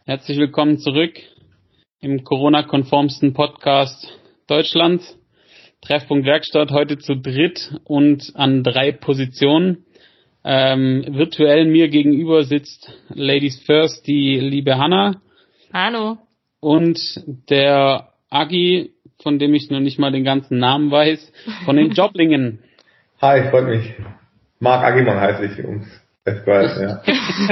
Herzlich willkommen zurück im Corona-konformsten Podcast Deutschlands. Treffpunkt Werkstatt, heute zu dritt und an 3 Positionen. Virtuell mir gegenüber sitzt Ladies First die liebe Hanna. Hallo. Und der Agi, von dem ich noch nicht mal den ganzen Namen weiß, von den Joblingen. Hi, freut mich. Marc Agimann heiße ich, ums es weiß, ja.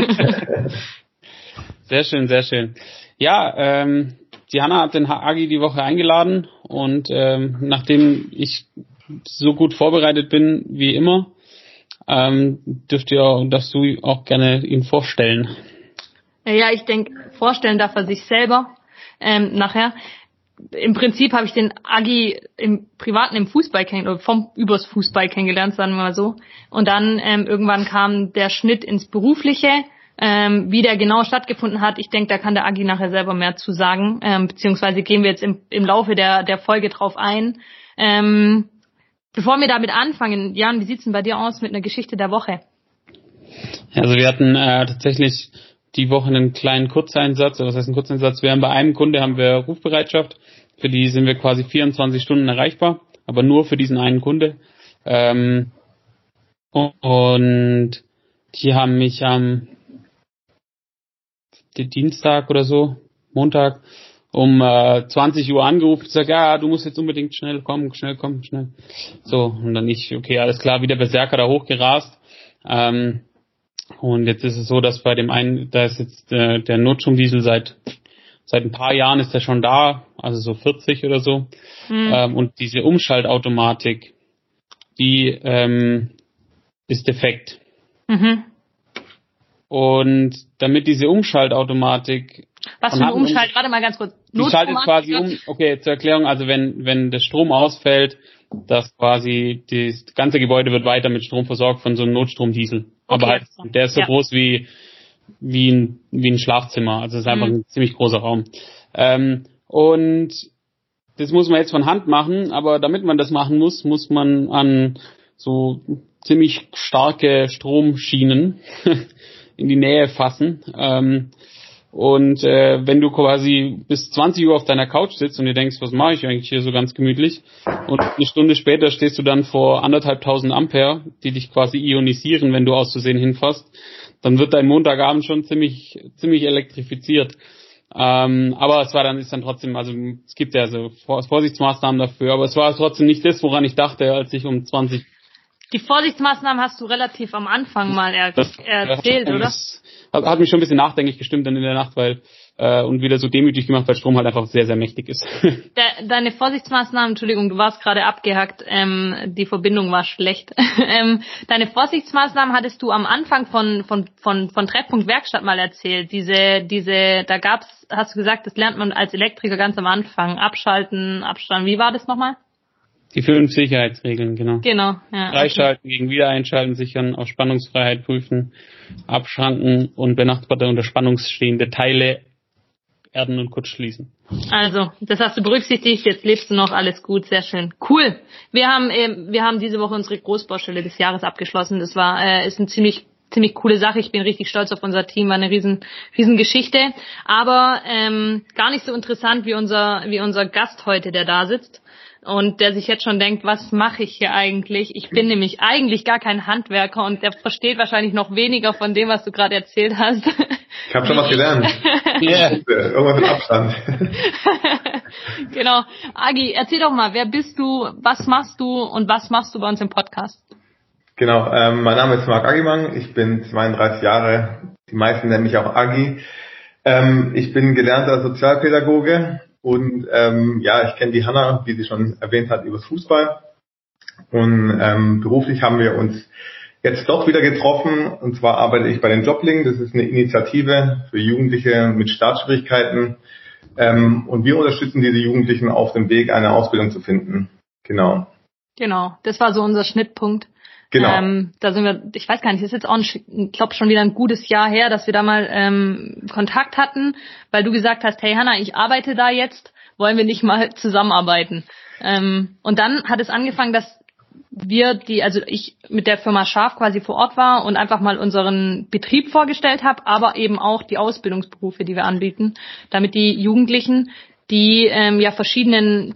Sehr schön, sehr schön. Ja, die Hanna hat den Agi die Woche eingeladen und nachdem ich so gut vorbereitet bin wie immer, darfst du auch gerne ihn vorstellen. Ja, ich denke, vorstellen darf er sich selber nachher. Im Prinzip habe ich den Agi im Privaten im Fußball kennengelernt, oder übers Fußball kennengelernt, sagen wir mal so. Und dann irgendwann kam der Schnitt ins Berufliche. Wie der genau stattgefunden hat, ich denke, da kann der Agi nachher selber mehr zu sagen, beziehungsweise gehen wir jetzt im Laufe der Folge drauf ein. Bevor wir damit anfangen, Jan, wie sieht's denn bei dir aus mit einer Geschichte der Woche? Also wir hatten tatsächlich die Woche einen kleinen Kurzeinsatz, oder was heißt ein Kurzeinsatz? Bei einem Kunde haben wir Rufbereitschaft, für die sind wir quasi 24 Stunden erreichbar, aber nur für diesen einen Kunde. Und die haben mich am Dienstag oder so, Montag, um 20 Uhr angerufen und gesagt, ja, du musst jetzt unbedingt schnell kommen. So, und dann okay, alles klar, wieder Berserker da hochgerast. Und jetzt ist es so, dass bei dem einen, da ist jetzt der Notstromdiesel seit ein paar Jahren ist der schon da, also so 40 oder so. Und diese Umschaltautomatik, die ist defekt. Mhm. Und damit diese Umschaltautomatik... Was für eine warte mal ganz kurz. Die schaltet quasi um, okay, zur Erklärung, also wenn der Strom ausfällt, dass quasi das ganze Gebäude wird weiter mit Strom versorgt von so einem Notstromdiesel. Okay, aber halt, der ist so groß wie ein Schlafzimmer, also es ist einfach ein ziemlich großer Raum. Und das muss man jetzt von Hand machen, aber damit man das machen muss man an so ziemlich starke Stromschienen in die Nähe fassen. Und wenn du quasi bis 20 Uhr auf deiner Couch sitzt und dir denkst, was mache ich eigentlich hier so ganz gemütlich, und eine Stunde später stehst du dann vor 1.500 Ampere, die dich quasi ionisieren, wenn du auszusehen hinfasst, dann wird dein Montagabend schon ziemlich elektrifiziert. Aber ist dann trotzdem, also es gibt ja so Vorsichtsmaßnahmen dafür, aber es war trotzdem nicht das, woran ich dachte, als ich um 20... Die Vorsichtsmaßnahmen hast du relativ am Anfang mal erzählt, oder? Das hat mich schon ein bisschen nachdenklich gestimmt dann in der Nacht, und wieder so demütig gemacht, weil Strom halt einfach sehr, sehr mächtig ist. Deine Vorsichtsmaßnahmen, Entschuldigung, du warst gerade abgehackt, die Verbindung war schlecht. Deine Vorsichtsmaßnahmen hattest du am Anfang von Treffpunkt Werkstatt mal erzählt. Hast du gesagt, das lernt man als Elektriker ganz am Anfang. Abschalten, Abstand, wie war das nochmal? Die 5 Sicherheitsregeln, genau. Genau, ja. Freischalten, gegen Wiedereinschalten sichern, auf Spannungsfreiheit prüfen, abschranken und benachbarte unter Spannungsstehende Teile erden und kurz schließen. Also, das hast du berücksichtigt, jetzt lebst du noch, alles gut, sehr schön. Cool. Wir haben diese Woche unsere Großbaustelle des Jahres abgeschlossen. Das ist eine ziemlich coole Sache. Ich bin richtig stolz auf unser Team, war eine riesen Geschichte. Aber gar nicht so interessant wie unser Gast heute, der da sitzt. Und der sich jetzt schon denkt, was mache ich hier eigentlich? Ich bin nämlich eigentlich gar kein Handwerker und der versteht wahrscheinlich noch weniger von dem, was du gerade erzählt hast. Ich habe schon was gelernt. Yeah. Irgendwas mit Abstand. Genau. Agi, erzähl doch mal, wer bist du, was machst du und was machst du bei uns im Podcast? Genau, mein Name ist Marc Agimann, ich bin 32 Jahre, die meisten nennen mich auch Agi. Ich bin gelernter Sozialpädagoge. Und ich kenne die Hanna, wie sie schon erwähnt hat, übers Fußball. Und beruflich haben wir uns jetzt doch wieder getroffen. Und zwar arbeite ich bei den Joblingen. Das ist eine Initiative für Jugendliche mit Startschwierigkeiten. Und wir unterstützen diese Jugendlichen auf dem Weg, eine Ausbildung zu finden. Genau. Genau, das war so unser Schnittpunkt. Genau. Da sind wir, ich weiß gar nicht, ist jetzt auch, ich glaube, schon wieder ein gutes Jahr her, dass wir da mal Kontakt hatten, weil du gesagt hast, hey Hanna, ich arbeite da jetzt, wollen wir nicht mal zusammenarbeiten? Und dann hat es angefangen, dass ich mit der Firma Scharf quasi vor Ort war und einfach mal unseren Betrieb vorgestellt habe, aber eben auch die Ausbildungsberufe, die wir anbieten, damit die Jugendlichen, die verschiedene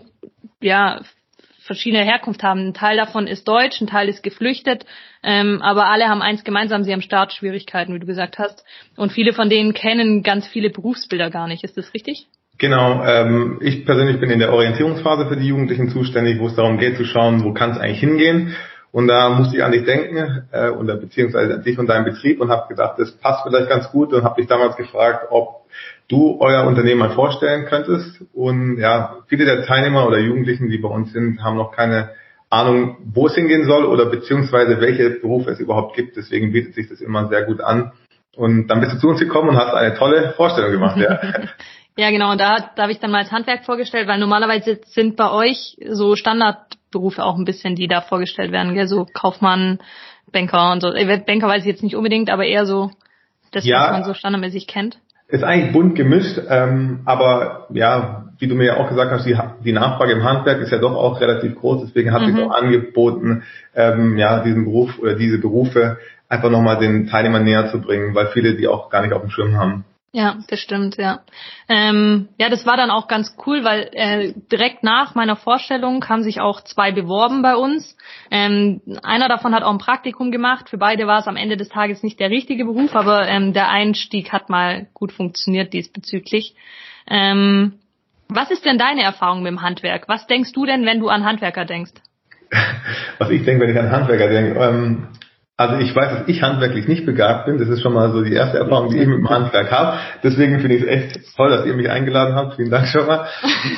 Herkunft haben. Ein Teil davon ist deutsch, ein Teil ist geflüchtet, aber alle haben eins gemeinsam, sie haben Startschwierigkeiten, wie du gesagt hast. Und viele von denen kennen ganz viele Berufsbilder gar nicht. Ist das richtig? Genau, ich persönlich bin in der Orientierungsphase für die Jugendlichen zuständig, wo es darum geht zu schauen, wo kann es eigentlich hingehen. Und da musste ich an dich denken, beziehungsweise an dich und deinen Betrieb und habe gedacht, das passt vielleicht ganz gut und habe dich damals gefragt, ob du euer Unternehmen mal vorstellen könntest. Und ja, viele der Teilnehmer oder Jugendlichen, die bei uns sind, haben noch keine Ahnung, wo es hingehen soll oder beziehungsweise welche Berufe es überhaupt gibt. Deswegen bietet sich das immer sehr gut an. Und dann bist du zu uns gekommen und hast eine tolle Vorstellung gemacht. Ja. Ja, genau. Und da habe ich dann mal das Handwerk vorgestellt, weil normalerweise sind bei euch so Standardberufe auch ein bisschen, die da vorgestellt werden, gell? So Kaufmann, Banker und so. Banker weiß ich jetzt nicht unbedingt, aber eher so das, was man so standardmäßig kennt. Ist eigentlich bunt gemischt, aber ja, wie du mir ja auch gesagt hast, die Nachfrage im Handwerk ist ja doch auch relativ groß, deswegen hat sich auch angeboten, diesen Beruf oder diese Berufe einfach nochmal den Teilnehmern näher zu bringen, weil viele die auch gar nicht auf dem Schirm haben. Ja, das stimmt, ja. Das war dann auch ganz cool, weil direkt nach meiner Vorstellung haben sich auch 2 beworben bei uns. Einer davon hat auch ein Praktikum gemacht. Für beide war es am Ende des Tages nicht der richtige Beruf, aber der Einstieg hat mal gut funktioniert diesbezüglich. Was ist denn deine Erfahrung mit dem Handwerk? Was denkst du denn, wenn du an Handwerker denkst? Was ich denke, wenn ich an Handwerker denke, also ich weiß, dass ich handwerklich nicht begabt bin. Das ist schon mal so die erste Erfahrung, die ich mit dem Handwerk habe. Deswegen finde ich es echt toll, dass ihr mich eingeladen habt. Vielen Dank schon mal.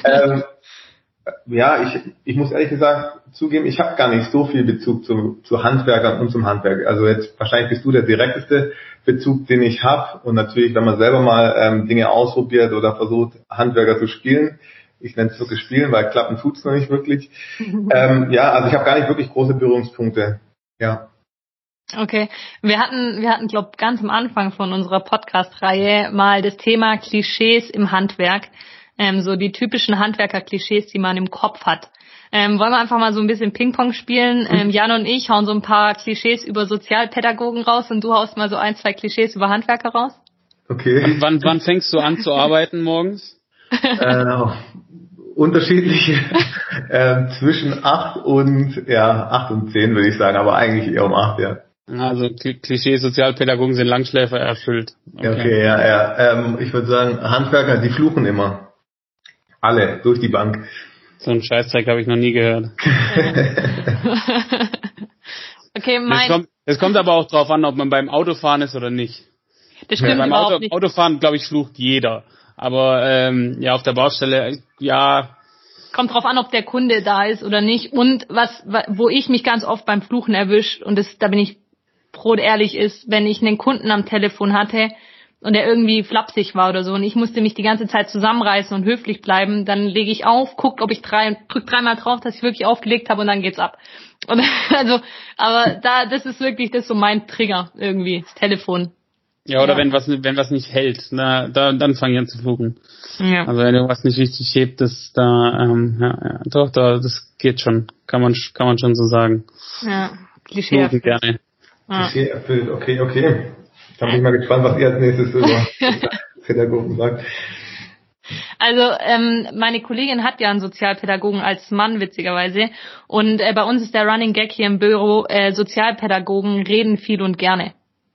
Ich muss ehrlich gesagt zugeben, ich habe gar nicht so viel Bezug zu Handwerkern und zum Handwerk. Also jetzt wahrscheinlich bist du der direkteste Bezug, den ich habe. Und natürlich, wenn man selber mal Dinge ausprobiert oder versucht, Handwerker zu spielen. Ich nenne es wirklich spielen, weil klappen tut's noch nicht wirklich. Also ich habe gar nicht wirklich große Berührungspunkte. Ja. Okay, wir hatten, glaube ganz am Anfang von unserer Podcast-Reihe mal das Thema Klischees im Handwerk, so die typischen Handwerker-Klischees, die man im Kopf hat. Wollen wir einfach mal so ein bisschen Ping-Pong spielen? Jan und ich hauen so ein paar Klischees über Sozialpädagogen raus und du haust mal so 1, 2 Klischees über Handwerker raus. Okay. Wann fängst du an zu arbeiten morgens? Unterschiedlich zwischen 8 und 10 würde ich sagen, aber eigentlich eher um 8, ja. Also Klischee Sozialpädagogen sind Langschläfer erfüllt. Okay, ich würde sagen, Handwerker, die fluchen immer. Alle, durch die Bank. So einen Scheißdreck habe ich noch nie gehört. Okay, es kommt aber auch drauf an, ob man beim Autofahren ist oder nicht. Das stimmt beim überhaupt nicht. Autofahren, glaube ich, flucht jeder. Aber auf der Baustelle, ja. Kommt drauf an, ob der Kunde da ist oder nicht. Und wo ich mich ganz oft beim Fluchen erwische, und da bin ich brotehrlich, ist, wenn ich einen Kunden am Telefon hatte und der irgendwie flapsig war oder so und ich musste mich die ganze Zeit zusammenreißen und höflich bleiben, dann lege ich auf, drück 3-mal drauf, dass ich wirklich aufgelegt habe und dann geht's ab. Und das ist so mein Trigger irgendwie, das Telefon. Ja, oder wenn was nicht hält, dann fange ich an zu fluchen. Ja. Also wenn irgendwas nicht richtig hebt, das geht schon, kann man schon so sagen. Ja, Klischee erfüllt. Gerne. Klischee erfüllt, okay. Ich bin mal gespannt, was ihr als nächstes über Pädagogen sagt. Also meine Kollegin hat ja einen Sozialpädagogen als Mann, witzigerweise. Und bei uns ist der Running Gag hier im Büro, Sozialpädagogen reden viel und gerne.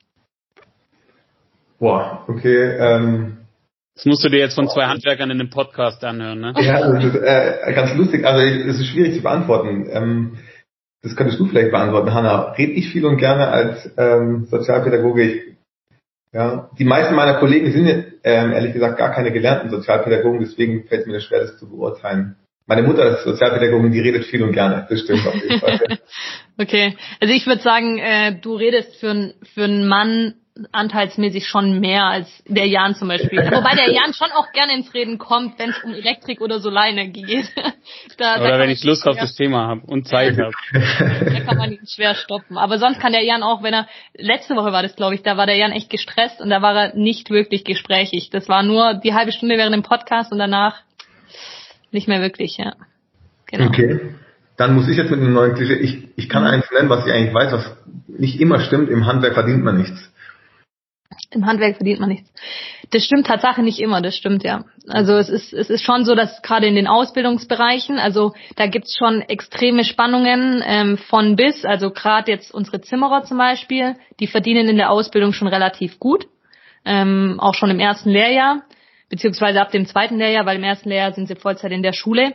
Boah, okay. Das musst du dir jetzt von 2 Handwerkern in einem Podcast anhören, ne? Ja, das ist ganz lustig. Also es ist schwierig zu beantworten. Das könntest du vielleicht beantworten, Hanna. Rede ich viel und gerne als Sozialpädagoge? Die meisten meiner Kollegen sind ehrlich gesagt gar keine gelernten Sozialpädagogen, deswegen fällt es mir das schwer, das zu beurteilen. Meine Mutter ist Sozialpädagogin, die redet viel und gerne. Das stimmt auf jeden Fall. Okay, also ich würde sagen, du redest für einen Mann anteilsmäßig schon mehr als der Jan zum Beispiel. Wobei der Jan schon auch gerne ins Reden kommt, wenn es um Elektrik oder Solarenergie geht. Oder wenn ich Lust auf das Thema habe und Zeit habe. Da kann man ihn schwer stoppen. Aber sonst kann der Jan auch, letzte Woche war das, glaube ich, da war der Jan echt gestresst und da war er nicht wirklich gesprächig. Das war nur die halbe Stunde während dem Podcast und danach nicht mehr wirklich, ja. Genau. Okay. dann muss ich jetzt mit einem neuen Klischee, ich kann eins nennen, was ich eigentlich weiß, was nicht immer stimmt, im Handwerk verdient man nichts. Im Handwerk verdient man nichts. Das stimmt Tatsache nicht immer, das stimmt, ja. Also es ist schon so, dass gerade in den Ausbildungsbereichen, also da gibt's schon extreme Spannungen von bis, also gerade jetzt unsere Zimmerer zum Beispiel, die verdienen in der Ausbildung schon relativ gut, auch schon im ersten Lehrjahr, beziehungsweise ab dem zweiten Lehrjahr, weil im ersten Lehrjahr sind sie Vollzeit in der Schule.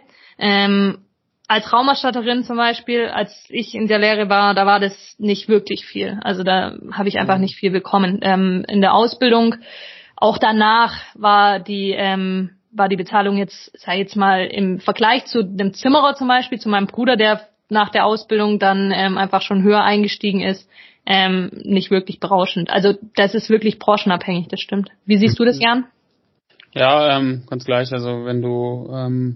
Als Raumerstatterin zum Beispiel, als ich in der Lehre war, da war das nicht wirklich viel. Also da habe ich einfach nicht viel bekommen. In der Ausbildung, auch danach war die Bezahlung jetzt, sag ich jetzt mal, im Vergleich zu dem Zimmerer zum Beispiel, zu meinem Bruder, der nach der Ausbildung dann einfach schon höher eingestiegen ist, nicht wirklich berauschend. Also das ist wirklich branchenabhängig, das stimmt. Wie siehst du das, Jan? Ja, ganz gleich. Also wenn du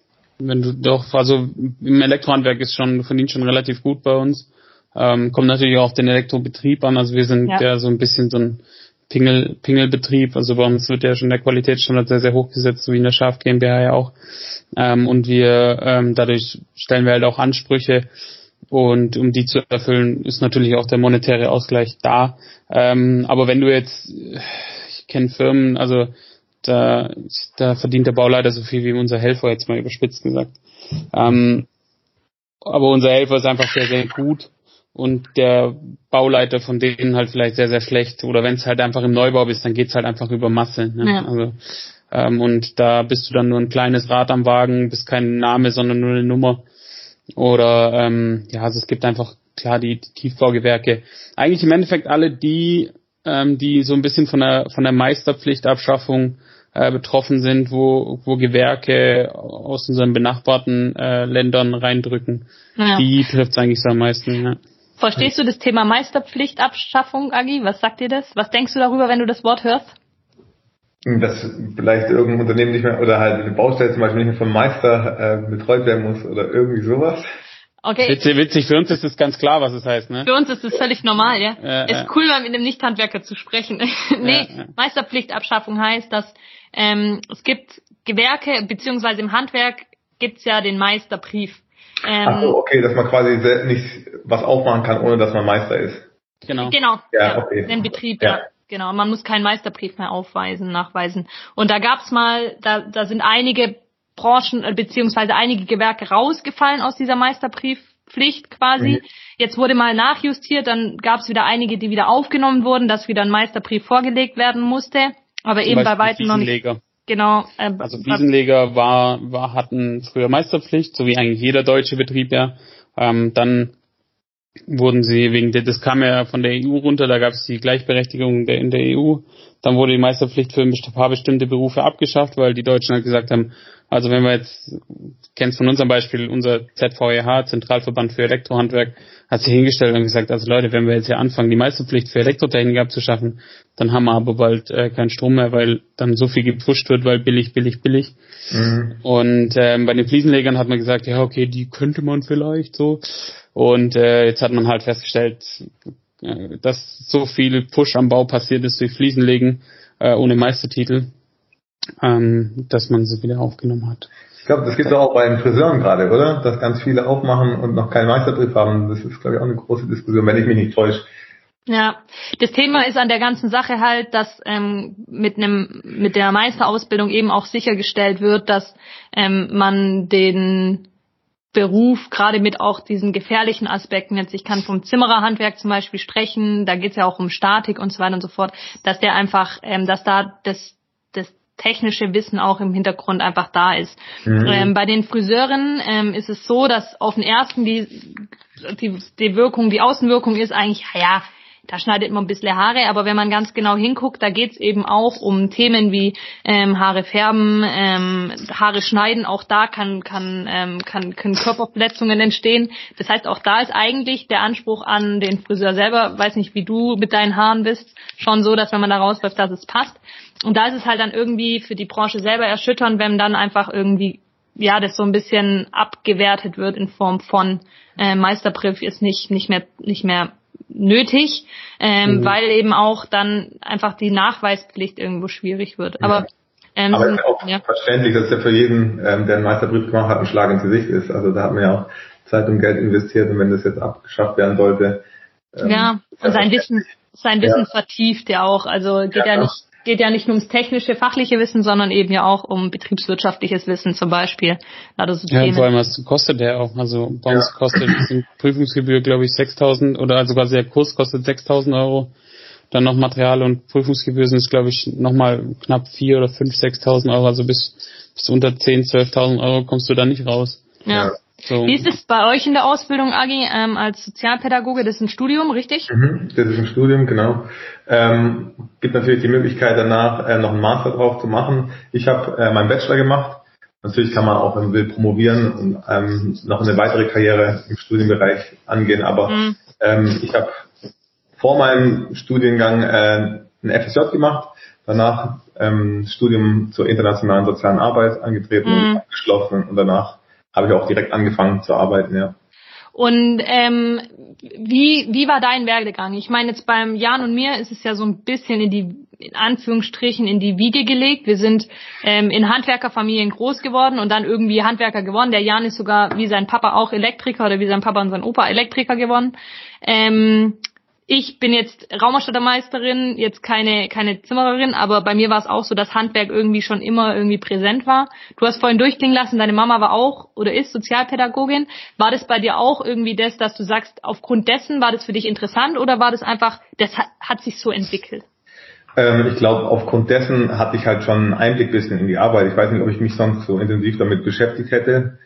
doch, also im Elektrohandwerk verdient schon relativ gut bei uns. Kommt natürlich auch auf den Elektrobetrieb an. Also wir sind ja so ein bisschen so ein Pingelbetrieb. Also bei uns wird ja schon der Qualitätsstandard sehr, sehr hoch gesetzt, so wie in der Schaf GmbH ja auch. Und wir, dadurch stellen wir halt auch Ansprüche. Und um die zu erfüllen, ist natürlich auch der monetäre Ausgleich da. Aber wenn du jetzt, ich kenne Firmen, also da verdient der Bauleiter so viel wie unser Helfer, jetzt mal überspitzt gesagt. Aber unser Helfer ist einfach sehr, sehr gut und der Bauleiter von denen halt vielleicht sehr, sehr schlecht. Oder wenn es halt einfach im Neubau bist, dann geht's halt einfach über Masse. Ne? Ja. Also, und da bist du dann nur ein kleines Rad am Wagen, bist kein Name, sondern nur eine Nummer. Oder also es gibt einfach klar die Tiefbaugewerke. Eigentlich im Endeffekt alle die so ein bisschen von der Meisterpflichtabschaffung betroffen sind, wo Gewerke aus unseren benachbarten Ländern reindrücken. Ja. Die trifft es eigentlich so am meisten. Ja. Verstehst du das Thema Meisterpflichtabschaffung, Agi? Was sagt dir das? Was denkst du darüber, wenn du das Wort hörst? Dass vielleicht irgendein Unternehmen nicht mehr, oder halt eine Baustelle zum Beispiel nicht mehr vom Meister betreut werden muss oder irgendwie sowas. Okay. Witzig, für uns ist es ganz klar, was es heißt, ne? Für uns ist es völlig normal, ja. Ist cool, mal mit einem Nicht-Handwerker zu sprechen. Meisterpflichtabschaffung heißt, dass es gibt Gewerke, beziehungsweise im Handwerk gibt's ja den Meisterbrief. Ach so, okay, dass man quasi nicht was aufmachen kann, ohne dass man Meister ist. Genau. Ja, okay. Den Betrieb, ja. Genau. Man muss keinen Meisterbrief mehr nachweisen. Und da gab's mal, da sind einige Branchen beziehungsweise einige Gewerke rausgefallen aus dieser Meisterbriefpflicht quasi. Jetzt wurde mal nachjustiert, dann gab's wieder einige, die wieder aufgenommen wurden, dass wieder ein Meisterbrief vorgelegt werden musste. Aber eben bei weitem noch nicht. Genau. Also Fliesenleger hatten früher Meisterpflicht, so wie eigentlich jeder deutsche Betrieb ja. Dann wurden sie das kam ja von der EU runter, da gab es die Gleichberechtigung in der EU. Dann wurde die Meisterpflicht für ein paar bestimmte Berufe abgeschafft, weil die Deutschen halt gesagt haben, also wenn wir jetzt, kennst von unserem Beispiel, unser ZVEH, Zentralverband für Elektrohandwerk, hat sich hingestellt und gesagt, also Leute, wenn wir jetzt hier anfangen, die Meisterpflicht für Elektrotechnik abzuschaffen, dann haben wir aber bald keinen Strom mehr, weil dann so viel gepusht wird, weil billig. Und bei den Fliesenlegern hat man gesagt, ja okay, die könnte man vielleicht so. Und jetzt hat man halt festgestellt, dass so viel Push am Bau passiert ist durch Fliesenlegen ohne Meistertitel, dass man sie wieder aufgenommen hat. Ich glaube, das gibt es auch bei den Friseuren gerade, oder? Dass ganz viele aufmachen und noch keinen Meisterbrief haben. Das ist, glaube ich, auch eine große Diskussion, wenn ich mich nicht täusche. Ja, das Thema ist an der ganzen Sache halt, dass mit der Meisterausbildung eben auch sichergestellt wird, dass man den Beruf, gerade mit auch diesen gefährlichen Aspekten, jetzt ich kann vom Zimmererhandwerk zum Beispiel sprechen, da geht es ja auch um Statik und so weiter und so fort, dass der einfach, dass da das technische Wissen auch im Hintergrund einfach da ist. Bei den Friseuren ist es so, dass auf den ersten die Wirkung, die Außenwirkung ist eigentlich, ja, da schneidet man ein bisschen Haare, aber wenn man ganz genau hinguckt, da geht's eben auch um Themen wie Haare färben, Haare schneiden, auch da können Körperverletzungen entstehen. Das heißt, auch da ist eigentlich der Anspruch an den Friseur selber, weiß nicht, wie du mit deinen Haaren bist, schon so, dass wenn man da rausläuft, dass es passt. Und da ist es halt dann irgendwie für die Branche selber erschütternd, wenn dann einfach irgendwie, ja, das so ein bisschen abgewertet wird in Form von Meisterbrief ist nicht mehr nötig, weil eben auch dann einfach die Nachweispflicht irgendwo schwierig wird. Aber ist auch verständlich, dass es ja für jeden, der einen Meisterbrief gemacht hat, ein Schlag ins Gesicht ist. Also da hat man ja auch Zeit und Geld investiert und wenn das jetzt abgeschafft werden sollte. Und sein Wissen vertieft ja auch. Also geht ja nicht nur ums technische, fachliche Wissen, sondern eben ja auch um betriebswirtschaftliches Wissen zum Beispiel. Also ja, vor allem was kostet der auch. Also bei uns kostet die Prüfungsgebühr, glaube ich, 6.000 oder also quasi der Kurs kostet 6.000 Euro. Dann noch Material und Prüfungsgebühr sind es, glaube ich, nochmal knapp 4.000 oder 5.000, 6.000 Euro. Also bis unter 10.000, 12.000 Euro kommst du da nicht raus. Ja. So. Wie ist es bei euch in der Ausbildung, Agi, als Sozialpädagoge? Das ist ein Studium, richtig? Das ist ein Studium, genau. Gibt natürlich die Möglichkeit danach noch einen Master drauf zu machen. Ich habe meinen Bachelor gemacht. Natürlich kann man auch, wenn man will, promovieren und noch eine weitere Karriere im Studienbereich angehen. Aber ich habe vor meinem Studiengang ein FSJ gemacht, danach Studium zur internationalen sozialen Arbeit angetreten und abgeschlossen und danach habe ich auch direkt angefangen zu arbeiten, ja. Und wie war dein Werdegang? Ich meine, jetzt beim Jan und mir ist es ja so ein bisschen in Anführungsstrichen in die Wiege gelegt. Wir sind in Handwerkerfamilien groß geworden und dann irgendwie Handwerker geworden. Der Jan ist sogar wie sein Papa auch Elektriker oder wie sein Papa und sein Opa Elektriker geworden. Ich bin jetzt Raumausstattermeisterin, jetzt keine Zimmererin, aber bei mir war es auch so, dass Handwerk irgendwie schon immer irgendwie präsent war. Du hast vorhin durchklingen lassen, deine Mama war auch oder ist Sozialpädagogin. War das bei dir auch irgendwie das, dass du sagst, aufgrund dessen war das für dich interessant oder war das einfach, das hat sich so entwickelt? Ich glaube, aufgrund dessen hatte ich halt schon einen Einblick bisschen in die Arbeit. Ich weiß nicht, ob ich mich sonst so intensiv damit beschäftigt hätte.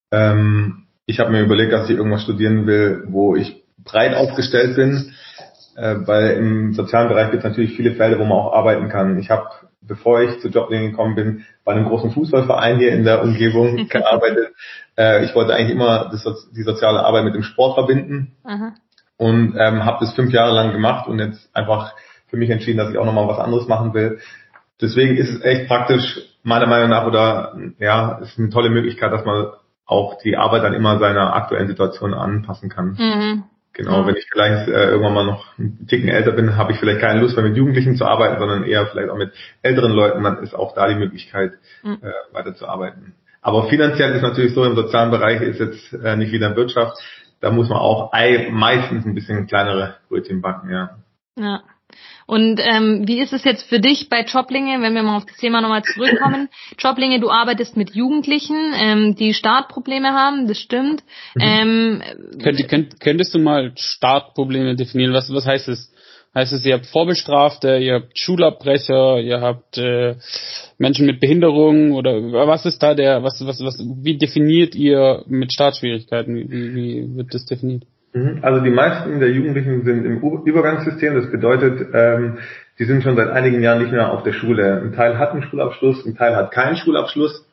Ich habe mir überlegt, dass ich irgendwas studieren will, wo ich breit aufgestellt bin. Weil im sozialen Bereich gibt es natürlich viele Felder, wo man auch arbeiten kann. Ich habe, bevor ich zu Joblingen gekommen bin, bei einem großen Fußballverein hier in der Umgebung gearbeitet. Ich wollte eigentlich immer die soziale Arbeit mit dem Sport verbinden. Aha. Und habe das 5 Jahre lang gemacht und jetzt einfach für mich entschieden, dass ich auch nochmal was anderes machen will. Deswegen ist es echt praktisch, meiner Meinung nach, oder ja, es ist eine tolle Möglichkeit, dass man auch die Arbeit dann immer seiner aktuellen Situation anpassen kann. Mhm. Genau, wenn ich vielleicht irgendwann mal noch einen Ticken älter bin, habe ich vielleicht keine Lust mehr mit Jugendlichen zu arbeiten, sondern eher vielleicht auch mit älteren Leuten, dann ist auch da die Möglichkeit, weiterzuarbeiten. Aber finanziell ist natürlich so, im sozialen Bereich ist jetzt nicht wie in der Wirtschaft, da muss man auch meistens ein bisschen kleinere Brötchen backen, ja. Ja. Und wie ist es jetzt für dich bei Joblinge, wenn wir mal auf das Thema nochmal zurückkommen? Joblinge, du arbeitest mit Jugendlichen, die Startprobleme haben, das stimmt. Könntest du mal Startprobleme definieren? Was heißt es? Heißt es, ihr habt Vorbestrafte, ihr habt Schulabbrecher, ihr habt Menschen mit Behinderung oder was ist da wie definiert ihr mit Startschwierigkeiten? Wie wird das definiert? Also die meisten der Jugendlichen sind im Übergangssystem, das bedeutet, die sind schon seit einigen Jahren nicht mehr auf der Schule. Ein Teil hat einen Schulabschluss, ein Teil hat keinen Schulabschluss.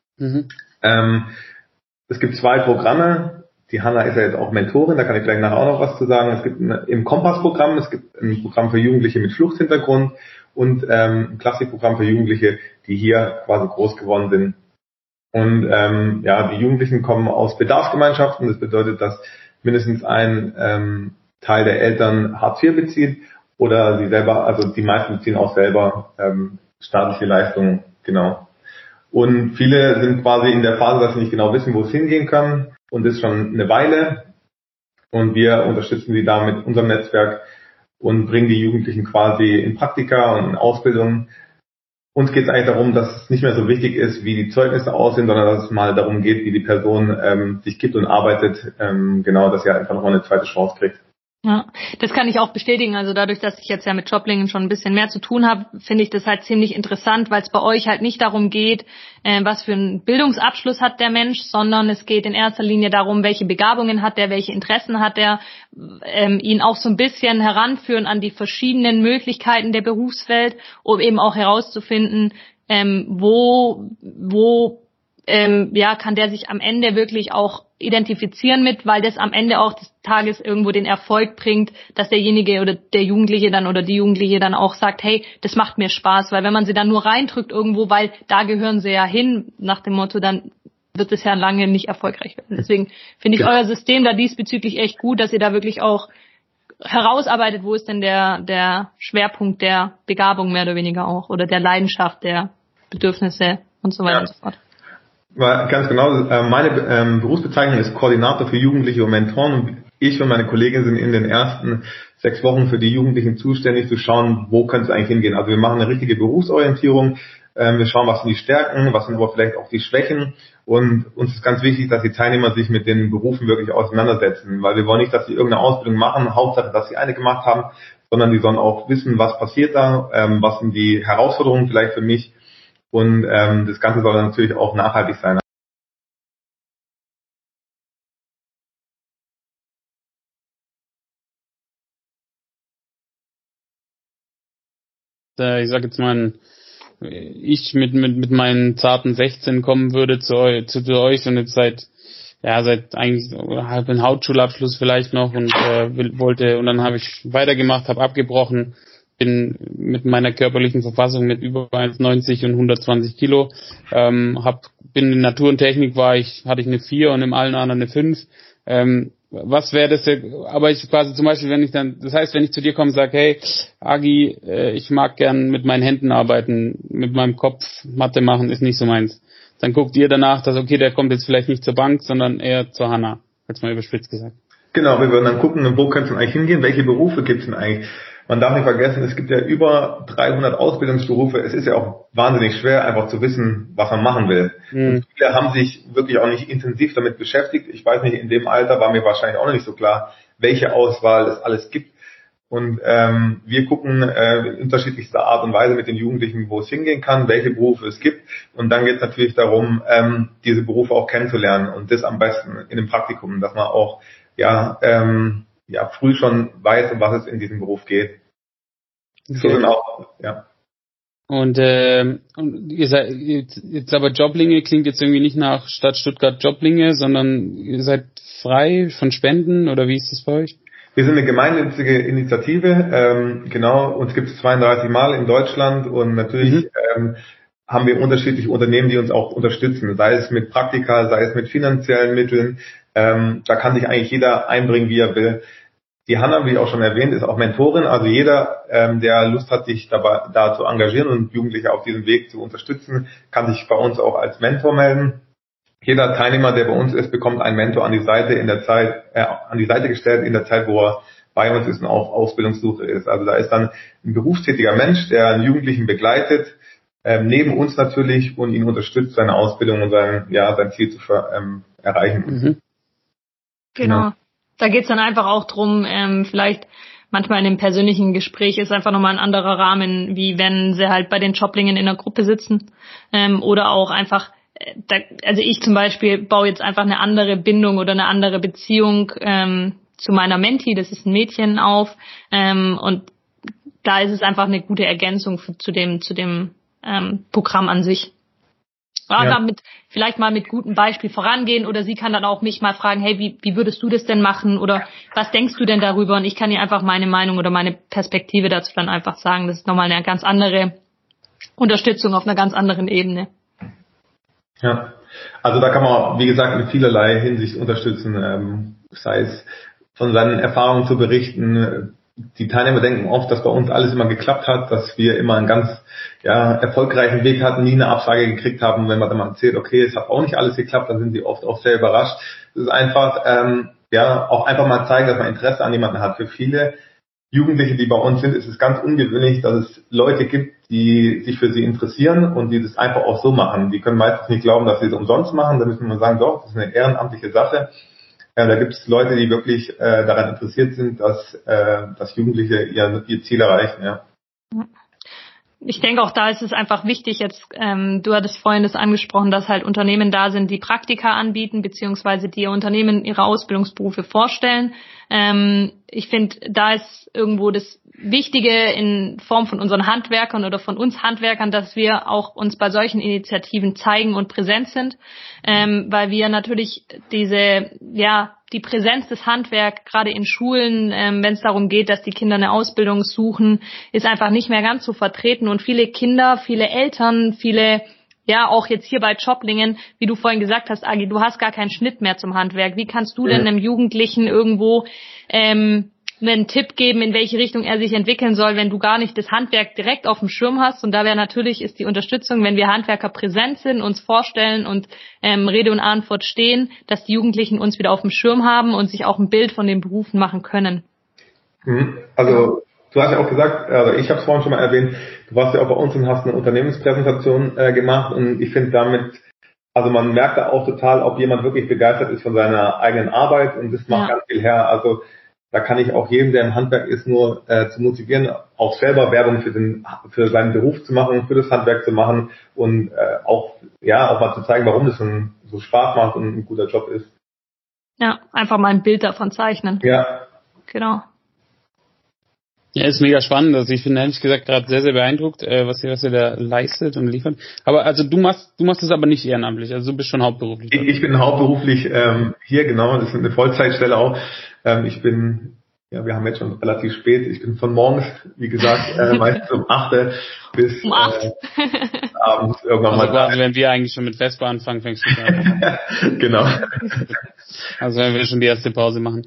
Es gibt 2 Programme, die Hanna ist ja jetzt auch Mentorin, da kann ich gleich nachher auch noch was zu sagen. Es gibt im Kompass-Programm, es gibt ein Programm für Jugendliche mit Fluchthintergrund und ein Klassikprogramm für Jugendliche, die hier quasi groß geworden sind. Und die Jugendlichen kommen aus Bedarfsgemeinschaften, das bedeutet, dass mindestens ein Teil der Eltern Hartz IV bezieht oder sie selber, also die meisten beziehen auch selber staatliche Leistungen, genau. Und viele sind quasi in der Phase, dass sie nicht genau wissen, wo es hingehen kann und das ist schon eine Weile und wir unterstützen sie da mit unserem Netzwerk und bringen die Jugendlichen quasi in Praktika und in Ausbildung. Uns geht es eigentlich darum, dass es nicht mehr so wichtig ist, wie die Zeugnisse aussehen, sondern dass es mal darum geht, wie die Person sich gibt und arbeitet, dass sie einfach nochmal eine zweite Chance kriegt. Ja, das kann ich auch bestätigen. Also dadurch, dass ich jetzt ja mit Joblingen schon ein bisschen mehr zu tun habe, finde ich das halt ziemlich interessant, weil es bei euch halt nicht darum geht, was für einen Bildungsabschluss hat der Mensch, sondern es geht in erster Linie darum, welche Begabungen hat er, welche Interessen hat er, ihn auch so ein bisschen heranführen an die verschiedenen Möglichkeiten der Berufswelt, um eben auch herauszufinden, wo kann der sich am Ende wirklich auch identifizieren mit, weil das am Ende auch des Tages irgendwo den Erfolg bringt, dass derjenige oder der Jugendliche dann oder die Jugendliche dann auch sagt, hey, das macht mir Spaß, weil wenn man sie dann nur reindrückt irgendwo, weil da gehören sie ja hin, nach dem Motto, dann wird es ja lange nicht erfolgreich werden. Deswegen finde ich euer System da diesbezüglich echt gut, dass ihr da wirklich auch herausarbeitet, wo ist denn der Schwerpunkt der Begabung mehr oder weniger auch oder der Leidenschaft, der Bedürfnisse und so weiter und so fort. Ganz genau. Meine Berufsbezeichnung ist Koordinator für Jugendliche und Mentoren. Und ich und meine Kollegin sind in den ersten 6 Wochen für die Jugendlichen zuständig, zu schauen, wo könnte es eigentlich hingehen. Also wir machen eine richtige Berufsorientierung. Wir schauen, was sind die Stärken, was sind aber vielleicht auch die Schwächen. Und uns ist ganz wichtig, dass die Teilnehmer sich mit den Berufen wirklich auseinandersetzen. Weil wir wollen nicht, dass sie irgendeine Ausbildung machen, Hauptsache, dass sie eine gemacht haben, sondern die sollen auch wissen, was passiert da, was sind die Herausforderungen vielleicht für mich. Und das Ganze soll dann natürlich auch nachhaltig sein. Ich sag jetzt mal, ich mit meinen zarten 16 kommen würde zu euch und jetzt seit eigentlich halb einen Hauptschulabschluss vielleicht noch und wollte, und dann habe ich weitergemacht, habe abgebrochen, bin mit meiner körperlichen Verfassung mit über 1,90 und 120 Kilo, bin in Natur und Technik hatte ich eine 4 und im allen anderen eine 5. Was wäre das, aber ich quasi zum Beispiel, wenn ich zu dir komme und sage, hey, Agi, ich mag gern mit meinen Händen arbeiten, mit meinem Kopf Mathe machen ist nicht so meins. Dann guckt ihr danach, dass, okay, der kommt jetzt vielleicht nicht zur Bank, sondern eher zur Hanna, jetzt mal überspitzt gesagt. Genau, wir würden dann gucken, wo könnte es denn eigentlich hingehen, welche Berufe gibt es denn eigentlich. Man darf nicht vergessen, es gibt ja über 300 Ausbildungsberufe. Es ist ja auch wahnsinnig schwer, einfach zu wissen, was man machen will. Und viele haben sich wirklich auch nicht intensiv damit beschäftigt. Ich weiß nicht, in dem Alter war mir wahrscheinlich auch noch nicht so klar, welche Auswahl es alles gibt. Und wir gucken in unterschiedlichster Art und Weise mit den Jugendlichen, wo es hingehen kann, welche Berufe es gibt. Und dann geht es natürlich darum, diese Berufe auch kennenzulernen. Und das am besten in einem Praktikum, dass man auch früh schon weiß, um was es in diesem Beruf geht. So genau, ja. Und ihr seid jetzt aber Joblinge klingt jetzt irgendwie nicht nach Stadt Stuttgart Joblinge, sondern ihr seid frei von Spenden, oder wie ist das bei euch? Wir sind eine gemeinnützige Initiative, genau, uns gibt es 32 Mal in Deutschland und natürlich haben wir unterschiedliche Unternehmen, die uns auch unterstützen, sei es mit Praktika, sei es mit finanziellen Mitteln. Da kann sich eigentlich jeder einbringen, wie er will. Die Hanna, wie auch schon erwähnt, ist auch Mentorin. Also jeder, der Lust hat, sich da zu engagieren und Jugendliche auf diesem Weg zu unterstützen, kann sich bei uns auch als Mentor melden. Jeder Teilnehmer, der bei uns ist, bekommt einen Mentor an die Seite gestellt in der Zeit, wo er bei uns ist und auf Ausbildungssuche ist. Also da ist dann ein berufstätiger Mensch, der einen Jugendlichen begleitet, neben uns natürlich, und ihn unterstützt, seine Ausbildung und sein Ziel zu erreichen. Genau. Da geht's dann einfach auch drum, vielleicht manchmal in einem persönlichen Gespräch ist einfach nochmal ein anderer Rahmen, wie wenn sie halt bei den Joblingen in der Gruppe sitzen. Oder auch einfach, also ich zum Beispiel baue jetzt einfach eine andere Bindung oder eine andere Beziehung zu meiner Menti, das ist ein Mädchen, auf. Und da ist es einfach eine gute Ergänzung zu dem Programm an sich. Aber vielleicht mal mit gutem Beispiel vorangehen, oder sie kann dann auch mich mal fragen, hey, wie würdest du das denn machen, oder was denkst du denn darüber? Und ich kann ihr einfach meine Meinung oder meine Perspektive dazu dann einfach sagen. Das ist nochmal eine ganz andere Unterstützung auf einer ganz anderen Ebene. Ja, also da kann man, wie gesagt, in vielerlei Hinsicht unterstützen, sei es von seinen Erfahrungen zu berichten. Die Teilnehmer denken oft, dass bei uns alles immer geklappt hat, dass wir immer einen ganz erfolgreichen Weg hatten, nie eine Absage gekriegt haben. Wenn man dann mal erzählt, okay, es hat auch nicht alles geklappt, dann sind sie oft auch sehr überrascht. Es ist einfach, auch einfach mal zeigen, dass man Interesse an jemanden hat. Für viele Jugendliche, die bei uns sind, ist es ganz ungewöhnlich, dass es Leute gibt, die sich für sie interessieren und die das einfach auch so machen. Die können meistens nicht glauben, dass sie es umsonst machen. Da müssen wir sagen, doch, das ist eine ehrenamtliche Sache. Da gibt es Leute, die wirklich daran interessiert sind, dass Jugendliche ihr Ziel erreichen. Ja. Ich denke, auch da ist es einfach wichtig, jetzt, du hattest vorhin das angesprochen, dass halt Unternehmen da sind, die Praktika anbieten, beziehungsweise die Unternehmen ihre Ausbildungsberufe vorstellen. Ich finde, da ist irgendwo das Wichtige in Form von unseren Handwerkern oder von uns Handwerkern, dass wir auch uns bei solchen Initiativen zeigen und präsent sind, weil wir natürlich die Präsenz des Handwerks gerade in Schulen, wenn es darum geht, dass die Kinder eine Ausbildung suchen, ist einfach nicht mehr ganz so vertreten, und viele Kinder, viele Eltern, auch jetzt hier bei Joblingen, wie du vorhin gesagt hast, Agi, du hast gar keinen Schnitt mehr zum Handwerk. Wie kannst du denn einem Jugendlichen irgendwo einen Tipp geben, in welche Richtung er sich entwickeln soll, wenn du gar nicht das Handwerk direkt auf dem Schirm hast. Und da wäre natürlich, ist die Unterstützung, wenn wir Handwerker präsent sind, uns vorstellen und Rede und Antwort stehen, dass die Jugendlichen uns wieder auf dem Schirm haben und sich auch ein Bild von den Berufen machen können. Also du hast ja auch gesagt, also ich habe es vorhin schon mal erwähnt, du warst ja auch bei uns und hast eine Unternehmenspräsentation gemacht und ich finde damit, also man merkt da auch total, ob jemand wirklich begeistert ist von seiner eigenen Arbeit und das macht ganz viel her. Also da kann ich auch jedem, der im Handwerk ist, nur zu motivieren, auch selber Werbung für seinen Beruf zu machen, für das Handwerk zu machen und auch mal zu zeigen, warum das so Spaß macht und ein guter Job ist. Ja, einfach mal ein Bild davon zeichnen. Ja. Genau. Ja, ist mega spannend. Also ich bin ehrlich gesagt gerade sehr, sehr beeindruckt, was ihr da leistet und liefert. Aber also du machst es aber nicht ehrenamtlich, also du bist schon hauptberuflich. Ich bin hauptberuflich hier, genau, das ist eine Vollzeitstelle auch. Wir haben jetzt schon relativ spät. Ich bin von morgens, wie gesagt, meistens um 8 bis um 8. Abends irgendwann also mal. Quasi, wenn wir eigentlich schon mit Vespa anfangen, fängst du an. Genau. Also wenn wir schon die erste Pause machen.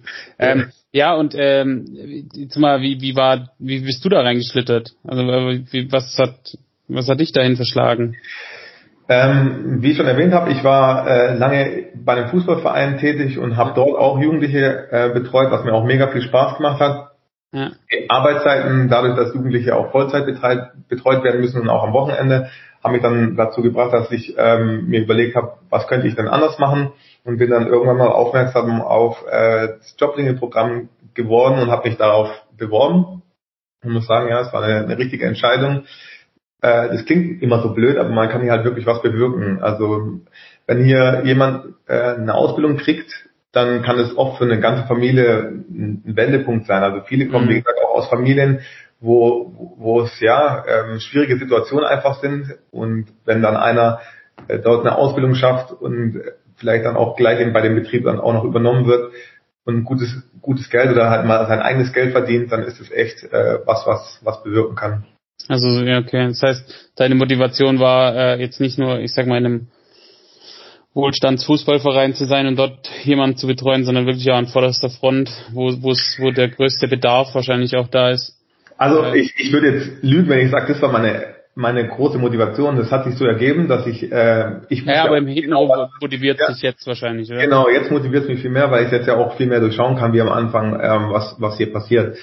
Jetzt mal, wie bist du da reingeschlittert? Also was hat dich dahin verschlagen? Wie ich schon erwähnt habe, ich war lange bei einem Fußballverein tätig und habe dort auch Jugendliche betreut, was mir auch mega viel Spaß gemacht hat. Ja. Arbeitszeiten, dadurch, dass Jugendliche auch Vollzeit betreut werden müssen und auch am Wochenende, haben mich dann dazu gebracht, dass ich mir überlegt habe, was könnte ich denn anders machen, und bin dann irgendwann mal aufmerksam auf das Joblinge-Programm geworden und habe mich darauf beworben. Ich muss sagen, ja, es war eine richtige Entscheidung. Das klingt immer so blöd, aber man kann hier halt wirklich was bewirken. Also wenn hier jemand eine Ausbildung kriegt, dann kann es oft für eine ganze Familie ein Wendepunkt sein. Also viele kommen, wie gesagt, auch aus Familien, wo es schwierige Situationen einfach sind. Und wenn dann einer dort eine Ausbildung schafft und vielleicht dann auch gleich bei dem Betrieb dann auch noch übernommen wird und gutes Geld oder halt mal sein eigenes Geld verdient, dann ist es echt was bewirken kann. Also, ja, okay. Das heißt, deine Motivation war jetzt nicht nur, ich sag mal, in einem Wohlstandsfußballverein zu sein und dort jemanden zu betreuen, sondern wirklich auch an vorderster Front, wo der größte Bedarf wahrscheinlich auch da ist. Also ich würde jetzt lügen, wenn ich sage, das war meine große Motivation. Das hat sich so ergeben, dass aber im Hintergrund motiviert sich jetzt wahrscheinlich, oder? Genau, jetzt motiviert es mich viel mehr, weil ich jetzt ja auch viel mehr durchschauen kann, wie am Anfang, was hier passiert.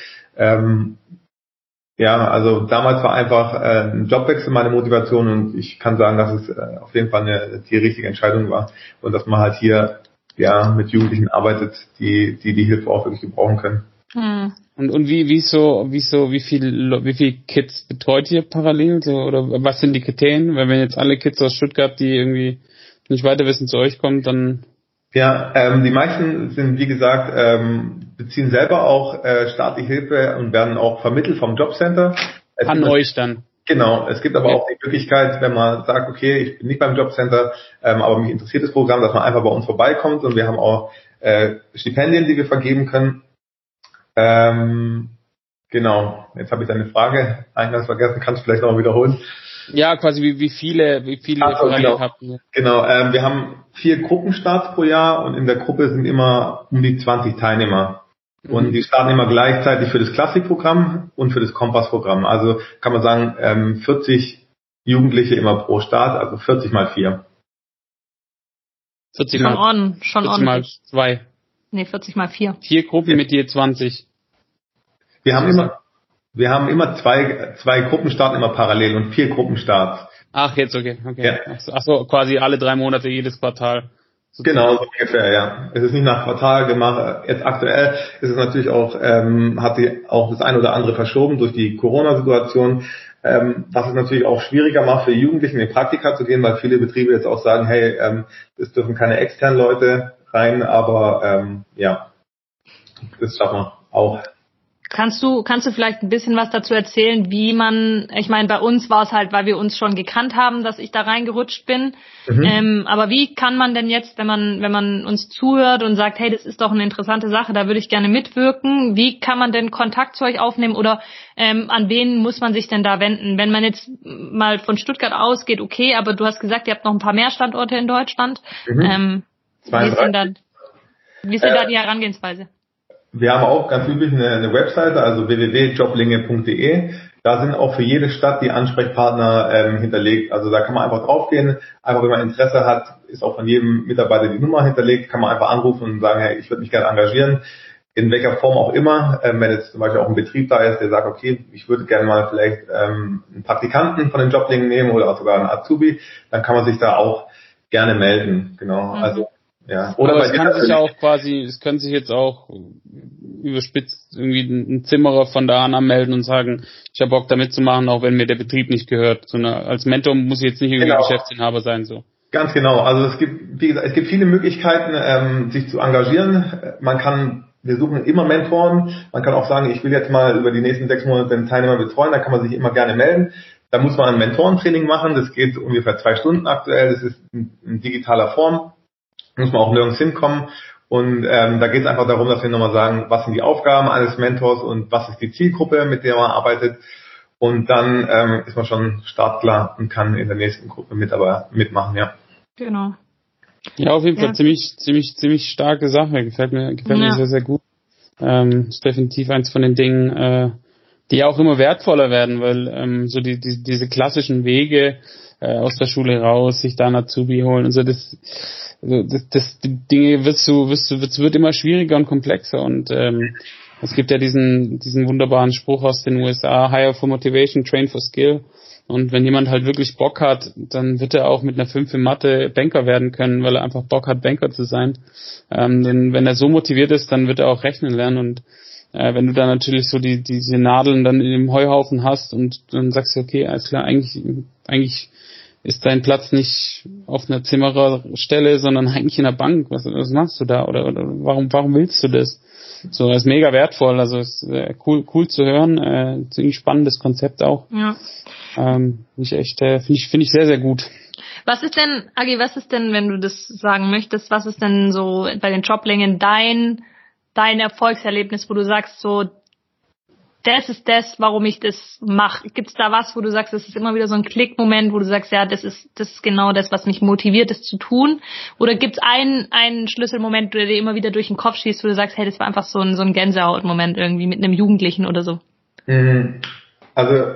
Also damals war einfach ein Jobwechsel meine Motivation, und ich kann sagen, dass es auf jeden Viel die richtige Entscheidung war und dass man halt hier mit Jugendlichen arbeitet, die Hilfe auch wirklich gebrauchen können. Und wie viel Kids betreut ihr parallel, so, oder was sind die Kriterien? Weil wenn jetzt alle Kids aus Stuttgart, die irgendwie nicht weiter wissen, zu euch kommen, dann... Ja, die meisten sind, wie gesagt, beziehen selber auch staatliche Hilfe und werden auch vermittelt vom Jobcenter. An euch dann? Genau, es gibt aber auch die Möglichkeit, wenn man sagt, okay, ich bin nicht beim Jobcenter, aber mich interessiert das Programm, dass man einfach bei uns vorbeikommt, und wir haben auch Stipendien, die wir vergeben können. Genau, jetzt habe ich deine Frage eingangs vergessen, kannst du vielleicht noch mal wiederholen? Ja, quasi wie viele habt ihr? Genau, wir haben 4 Gruppenstarts pro Jahr, und in der Gruppe sind immer um die 20 Teilnehmer. Und die starten immer gleichzeitig für das Klassikprogramm und für das Kompassprogramm. Also kann man sagen, 40 Jugendliche immer pro Start, also 40 mal 4. 40 mal 2. Nee, 40 mal 4. 4 Gruppen mit je 20. Wir haben immer zwei Gruppenstarten immer parallel und 4 Gruppenstarts. Ach, jetzt, okay. Ja. Ach so, quasi alle 3 Monate, jedes Quartal. Genau, so ungefähr, ja. Es ist nicht nach Quartal gemacht. Jetzt aktuell ist es natürlich auch, hat sich auch das ein oder andere verschoben durch die Corona-Situation, was es natürlich auch schwieriger macht für Jugendliche in die Praktika zu gehen, weil viele Betriebe jetzt auch sagen, hey, es dürfen keine externen Leute rein, aber das schaffen wir auch. Kannst du vielleicht ein bisschen was dazu erzählen, wie man, ich meine, bei uns war es halt, weil wir uns schon gekannt haben, dass ich da reingerutscht bin. Aber wie kann man denn jetzt, wenn man uns zuhört und sagt, hey, das ist doch eine interessante Sache, da würde ich gerne mitwirken, wie kann man denn Kontakt zu euch aufnehmen, oder an wen muss man sich denn da wenden? Wenn man jetzt mal von Stuttgart ausgeht, okay, aber du hast gesagt, ihr habt noch ein paar mehr Standorte in Deutschland. Wie ist denn da die Herangehensweise? Wir haben auch ganz üblich eine Webseite, also www.joblinge.de. Da sind auch für jede Stadt die Ansprechpartner hinterlegt. Also da kann man einfach draufgehen. Einfach, wenn man Interesse hat, ist auch von jedem Mitarbeiter die Nummer hinterlegt. Kann man einfach anrufen und sagen, hey, ich würde mich gerne engagieren. In welcher Form auch immer. Wenn jetzt zum Beispiel auch ein Betrieb da ist, der sagt, okay, ich würde gerne mal vielleicht einen Praktikanten von den Joblingen nehmen oder auch sogar einen Azubi, dann kann man sich da auch gerne melden. Genau. Also ja. Oder es kann sich auch quasi, es können sich jetzt auch überspitzt irgendwie ein Zimmerer von da an melden und sagen, ich habe Bock da mitzumachen, auch wenn mir der Betrieb nicht gehört. Als Mentor muss ich jetzt nicht irgendwie Geschäftsinhaber sein, so. Ganz genau. Also es gibt, wie gesagt, es gibt viele Möglichkeiten, sich zu engagieren. Wir suchen immer Mentoren. Man kann auch sagen, ich will jetzt mal über die nächsten 6 Monate den Teilnehmer betreuen, da kann man sich immer gerne melden. Da muss man ein Mentorentraining machen, das geht ungefähr 2 Stunden aktuell, das ist in digitaler Form. Muss man auch nirgends hinkommen. Und da geht es einfach darum, dass wir nochmal sagen, was sind die Aufgaben eines Mentors und was ist die Zielgruppe, mit der man arbeitet. Und dann ist man schon startklar und kann in der nächsten Gruppe mitmachen, ja. Genau. Ja, auf jeden Fall ziemlich starke Sache. Gefällt mir sehr, sehr gut. Ist definitiv eins von den Dingen, die auch immer wertvoller werden, weil so diese klassischen Wege aus der Schule raus, sich da einen Azubi holen und so, die Dinge wird immer schwieriger und komplexer und es gibt ja diesen wunderbaren Spruch aus den USA, hire for motivation, train for skill. Und wenn jemand halt wirklich Bock hat, dann wird er auch mit einer 5 in Mathe Banker werden können, weil er einfach Bock hat, Banker zu sein. Denn wenn er so motiviert ist, dann wird er auch rechnen lernen. Und wenn du dann natürlich so diese Nadeln dann in dem Heuhaufen hast und dann sagst du, okay, alles klar, eigentlich ist dein Platz nicht auf einer Zimmererstelle, sondern eigentlich in der Bank. Was machst du da? Oder warum willst du das? So, das ist mega wertvoll, also ist cool zu hören, ziemlich spannendes Konzept auch. Ja. Finde ich sehr, sehr gut. Was ist denn, Agi, wenn du das sagen möchtest, was ist denn so bei den Joblingen dein Erfolgserlebnis, wo du sagst, so, das ist das, warum ich das mache? Gibt's da was, wo du sagst, das ist immer wieder so ein Klickmoment, wo du sagst, ja, das ist genau das, was mich motiviert, das zu tun? Oder gibt's einen Schlüsselmoment, der dir immer wieder durch den Kopf schießt, wo du sagst, hey, das war einfach so ein Gänsehautmoment irgendwie mit einem Jugendlichen oder so? Also,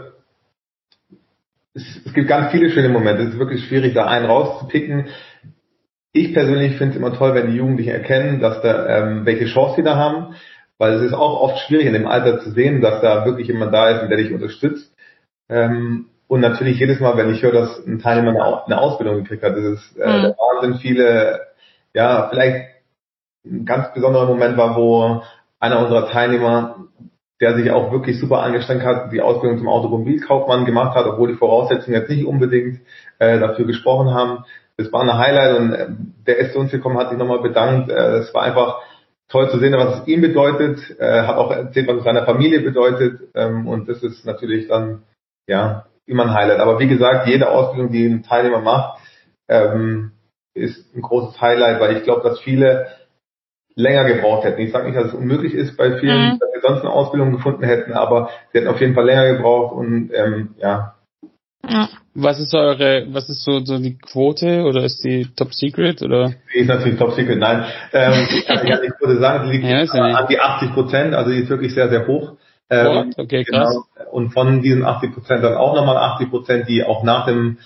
es gibt ganz viele schöne Momente. Es ist wirklich schwierig, da einen rauszupicken. Ich persönlich finde es immer toll, wenn die Jugendlichen erkennen, dass da welche Chance sie da haben. Weil es ist auch oft schwierig in dem Alter zu sehen, dass da wirklich jemand da ist, der dich unterstützt. Und natürlich jedes Mal, wenn ich höre, dass ein Teilnehmer eine Ausbildung gekriegt hat, das ist der Wahnsinn. Viele, ja, vielleicht ein ganz besonderer Moment war, wo einer unserer Teilnehmer, der sich auch wirklich super angestrengt hat, die Ausbildung zum Automobilkaufmann gemacht hat, obwohl die Voraussetzungen jetzt nicht unbedingt dafür gesprochen haben. Das war ein Highlight und der ist zu uns gekommen, hat sich nochmal bedankt. Es war einfach toll zu sehen, was es ihm bedeutet, hat auch erzählt, was es seiner Familie bedeutet und das ist natürlich dann ja immer ein Highlight. Aber wie gesagt, jede Ausbildung, die ein Teilnehmer macht, ist ein großes Highlight, weil ich glaube, dass viele länger gebraucht hätten. Ich sage nicht, dass es unmöglich ist bei vielen, dass wir sonst eine Ausbildung gefunden hätten, aber sie hätten auf jeden Fall länger gebraucht und ja. Was ist so die Quote oder ist die Top Secret oder? Die ist natürlich Top Secret, nein. Ich kann nicht die Quote sagen, die liegt an die 80%, also die ist wirklich sehr, sehr hoch. Okay, krass. Genau. Und von diesen 80% dann auch nochmal 80%, die auch nach dem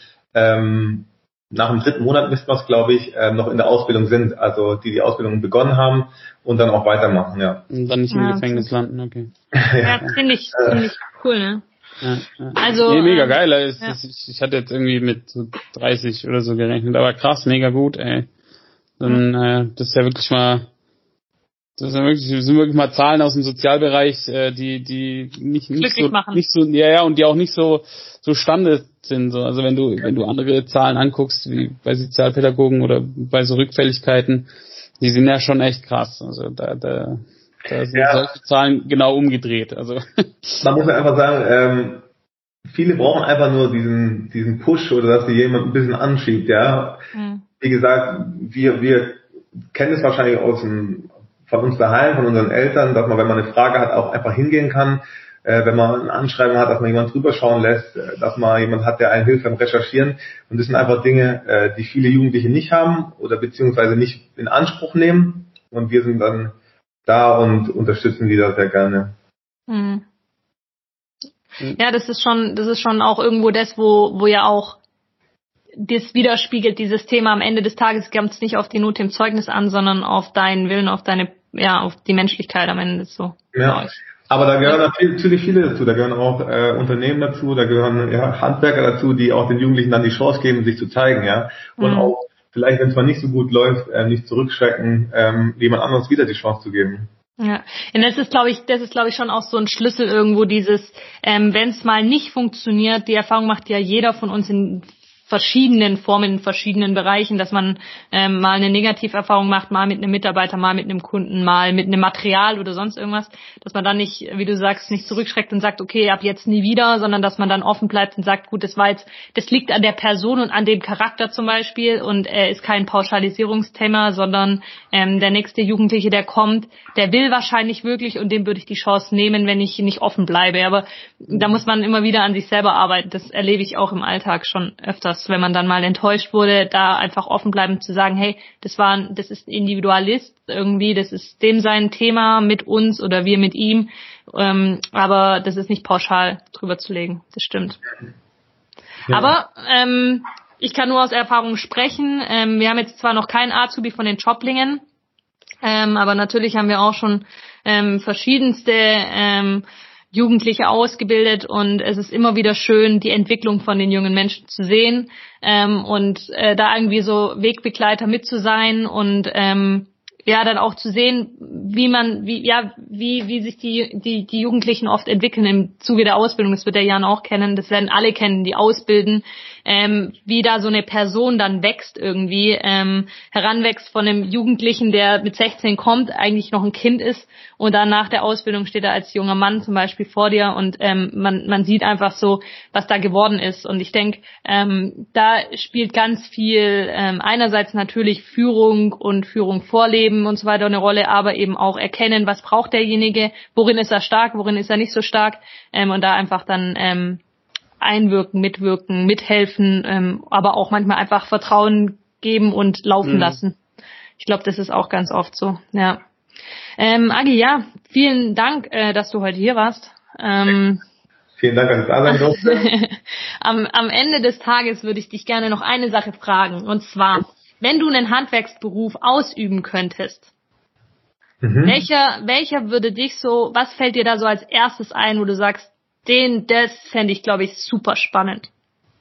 3. Monat misst man es, glaube ich, noch in der Ausbildung sind, also die Ausbildung begonnen haben und dann auch weitermachen, ja. Und dann nicht im Gefängnis landen, okay. Ja, finde ich cool, ne? Ja. Also mega geil. Ich hatte jetzt irgendwie mit so 30 oder so gerechnet, aber krass, mega gut, ey. Dann das sind wirklich mal Zahlen aus dem Sozialbereich, die nicht so und die auch nicht so Standard sind. So. Also wenn du andere Zahlen anguckst, wie bei Sozialpädagogen oder bei so Rückfälligkeiten, die sind ja schon echt krass. Also da sind solche Zahlen genau umgedreht. Also man muss einfach sagen, viele brauchen einfach nur diesen Push oder dass sie jemand ein bisschen anschiebt, ja. Wie gesagt, wir kennen es wahrscheinlich von uns daheim, von unseren Eltern, dass man, wenn man eine Frage hat, auch einfach hingehen kann. Wenn man ein Anschreiben hat, dass man jemanden drüber schauen lässt, dass man jemand hat, der einen hilft beim Recherchieren. Und das sind einfach Dinge, die viele Jugendliche nicht haben oder beziehungsweise nicht in Anspruch nehmen. Und wir sind dann da und unterstützen die da sehr gerne. Mhm. Ja, das ist schon auch irgendwo das, wo ja auch das widerspiegelt, dieses Thema am Ende des Tages kommt es nicht auf die Note im Zeugnis an, sondern auf deinen Willen, auf die Menschlichkeit am Ende so. Ja. Aber da gehören natürlich viele dazu, da gehören auch Unternehmen dazu, da gehören Handwerker dazu, die auch den Jugendlichen dann die Chance geben, sich zu zeigen, ja. Und auch vielleicht, wenn es mal nicht so gut läuft, nicht zurückschrecken, jemand anderes wieder die Chance zu geben. Ja, und das ist, glaube ich, schon auch so ein Schlüssel irgendwo dieses, wenn es mal nicht funktioniert, die Erfahrung macht ja jeder von uns in verschiedenen Formen, in verschiedenen Bereichen, dass man mal eine Negativerfahrung macht, mal mit einem Mitarbeiter, mal mit einem Kunden, mal mit einem Material oder sonst irgendwas, dass man dann nicht, wie du sagst, nicht zurückschreckt und sagt, okay, ab jetzt nie wieder, sondern dass man dann offen bleibt und sagt, gut, das liegt an der Person und an dem Charakter zum Beispiel und ist kein Pauschalisierungsthema, sondern der nächste Jugendliche, der kommt, der will wahrscheinlich wirklich und dem würde ich die Chance nehmen, wenn ich nicht offen bleibe. Aber da muss man immer wieder an sich selber arbeiten. Das erlebe ich auch im Alltag schon öfters, wenn man dann mal enttäuscht wurde, da einfach offen bleiben zu sagen, hey, das ist Individualist irgendwie, das ist dem sein Thema mit uns oder wir mit ihm, aber das ist nicht pauschal drüber zu legen, das stimmt. Ja. Aber ich kann nur aus Erfahrung sprechen, wir haben jetzt zwar noch keinen Azubi von den Joblingen, aber natürlich haben wir auch schon verschiedenste Jugendliche ausgebildet und es ist immer wieder schön, die Entwicklung von den jungen Menschen zu sehen und da irgendwie so Wegbegleiter mit zu sein und dann auch zu sehen, wie sich die Jugendlichen oft entwickeln im Zuge der Ausbildung. Das wird der Jan auch kennen, das werden alle kennen, die ausbilden, wie da so eine Person dann wächst irgendwie, heranwächst von einem Jugendlichen, der mit 16 kommt, eigentlich noch ein Kind ist und dann nach der Ausbildung steht er als junger Mann zum Beispiel vor dir und man sieht einfach so, was da geworden ist. Und ich denke, da spielt ganz viel einerseits natürlich Führung und Führung vorleben und so weiter eine Rolle, aber eben auch erkennen, was braucht derjenige, worin ist er stark, worin ist er nicht so stark und da einfach dann einwirken, mitwirken, mithelfen, aber auch manchmal einfach Vertrauen geben und laufen lassen. Ich glaube, das ist auch ganz oft so, ja. Agi, ja, vielen Dank, dass du heute hier warst. Vielen Dank, dass ich da sein durfte. Am Ende des Tages würde ich dich gerne noch eine Sache fragen, und zwar, wenn du einen Handwerksberuf ausüben könntest, welcher würde dich so, was fällt dir da so als erstes ein, wo du sagst, das fände ich, glaube ich, super spannend.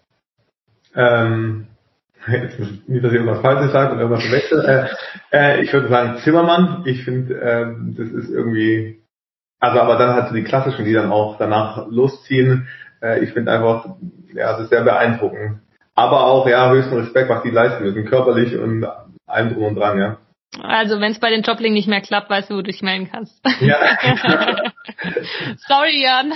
Jetzt nicht, dass ich irgendwas Falsches sage und irgendwas verwechsel. Ich würde sagen Zimmermann. Ich finde, das ist irgendwie, aber dann halt so die klassischen, die dann auch danach losziehen. Ich finde einfach, das ist sehr beeindruckend. Aber auch, höchsten Respekt, was die leisten müssen, körperlich und allem drum und dran, ja. Also, wenn es bei den Joblingen nicht mehr klappt, weißt du, wo du dich melden kannst. Ja. Sorry, Jan.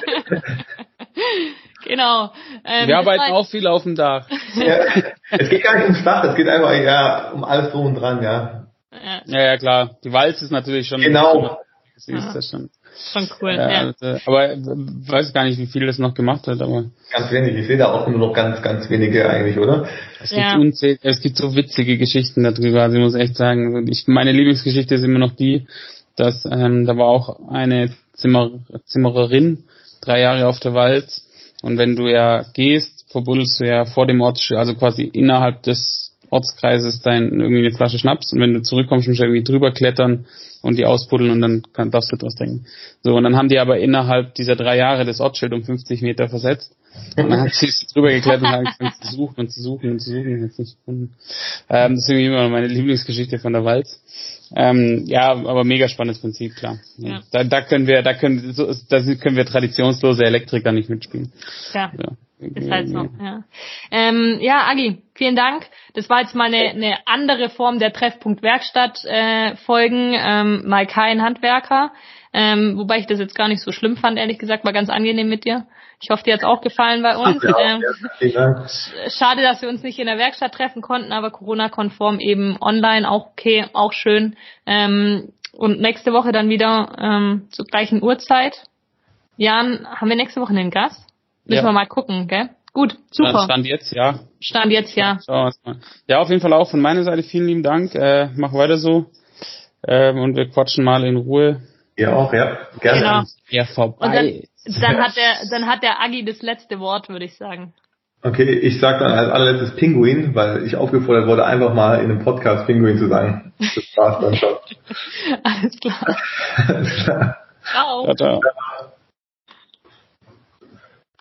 Genau. Wir arbeiten auch viel auf dem Dach. Ja, es geht gar nicht ums Dach, es geht einfach um alles drum und dran, ja. Ja, klar. Die Walz ist natürlich schon. Genau. Sie ist das schon. Schon cool, ja. Aber weiß gar nicht, wie viel das noch gemacht hat, aber. Ganz wenig. Ich sehe da auch nur noch ganz, ganz wenige eigentlich, oder? Es gibt so witzige Geschichten darüber. Also ich muss echt sagen, meine Lieblingsgeschichte ist immer noch die, dass da war auch eine Zimmererin 3 Jahre auf der Walz. Und wenn du ja gehst, verbuddelst du ja vor dem Ort, also quasi innerhalb des Ortskreises irgendwie eine Flasche Schnaps. Und wenn du zurückkommst, musst du irgendwie drüber klettern und die ausbuddeln und dann darfst du draus trinken. So, und dann haben die aber innerhalb dieser 3 Jahre das Ortsschild um 50 Meter versetzt. Und dann hat sie drüber geklettert und hat angefangen zu suchen und hat es nicht gefunden. Das ist irgendwie immer meine Lieblingsgeschichte von der Walz. Aber mega spannendes Prinzip, klar. Ja. Da können wir traditionslose Elektriker nicht mitspielen. Ja. Ist halt so, ja. Agi, vielen Dank. Das war jetzt mal eine andere Form der Treffpunkt Werkstatt Folgen, mal kein Handwerker. Wobei ich das jetzt gar nicht so schlimm fand, ehrlich gesagt, war ganz angenehm mit dir. Ich hoffe, dir hat's auch gefallen bei uns. Schade, dass wir uns nicht in der Werkstatt treffen konnten, aber Corona-konform eben online, auch okay, auch schön. Und nächste Woche dann wieder zur gleichen Uhrzeit. Jan, haben wir nächste Woche einen Gast? Müssen wir mal gucken, gell? Gut, super. Stand jetzt, ja. Stand jetzt, ja. Ja, auf jeden Fall auch von meiner Seite vielen lieben Dank. Mach weiter so. und wir quatschen mal in Ruhe. Ihr auch, ja. Gerne. Genau. Ja, vorbei. Und dann hat der Agi das letzte Wort, würde ich sagen. Okay, ich sag dann als allerletztes Pinguin, weil ich aufgefordert wurde, einfach mal in einem Podcast Pinguin zu sagen. Das war's dann schon. Alles klar. Alles klar. Ciao. Ciao, ciao.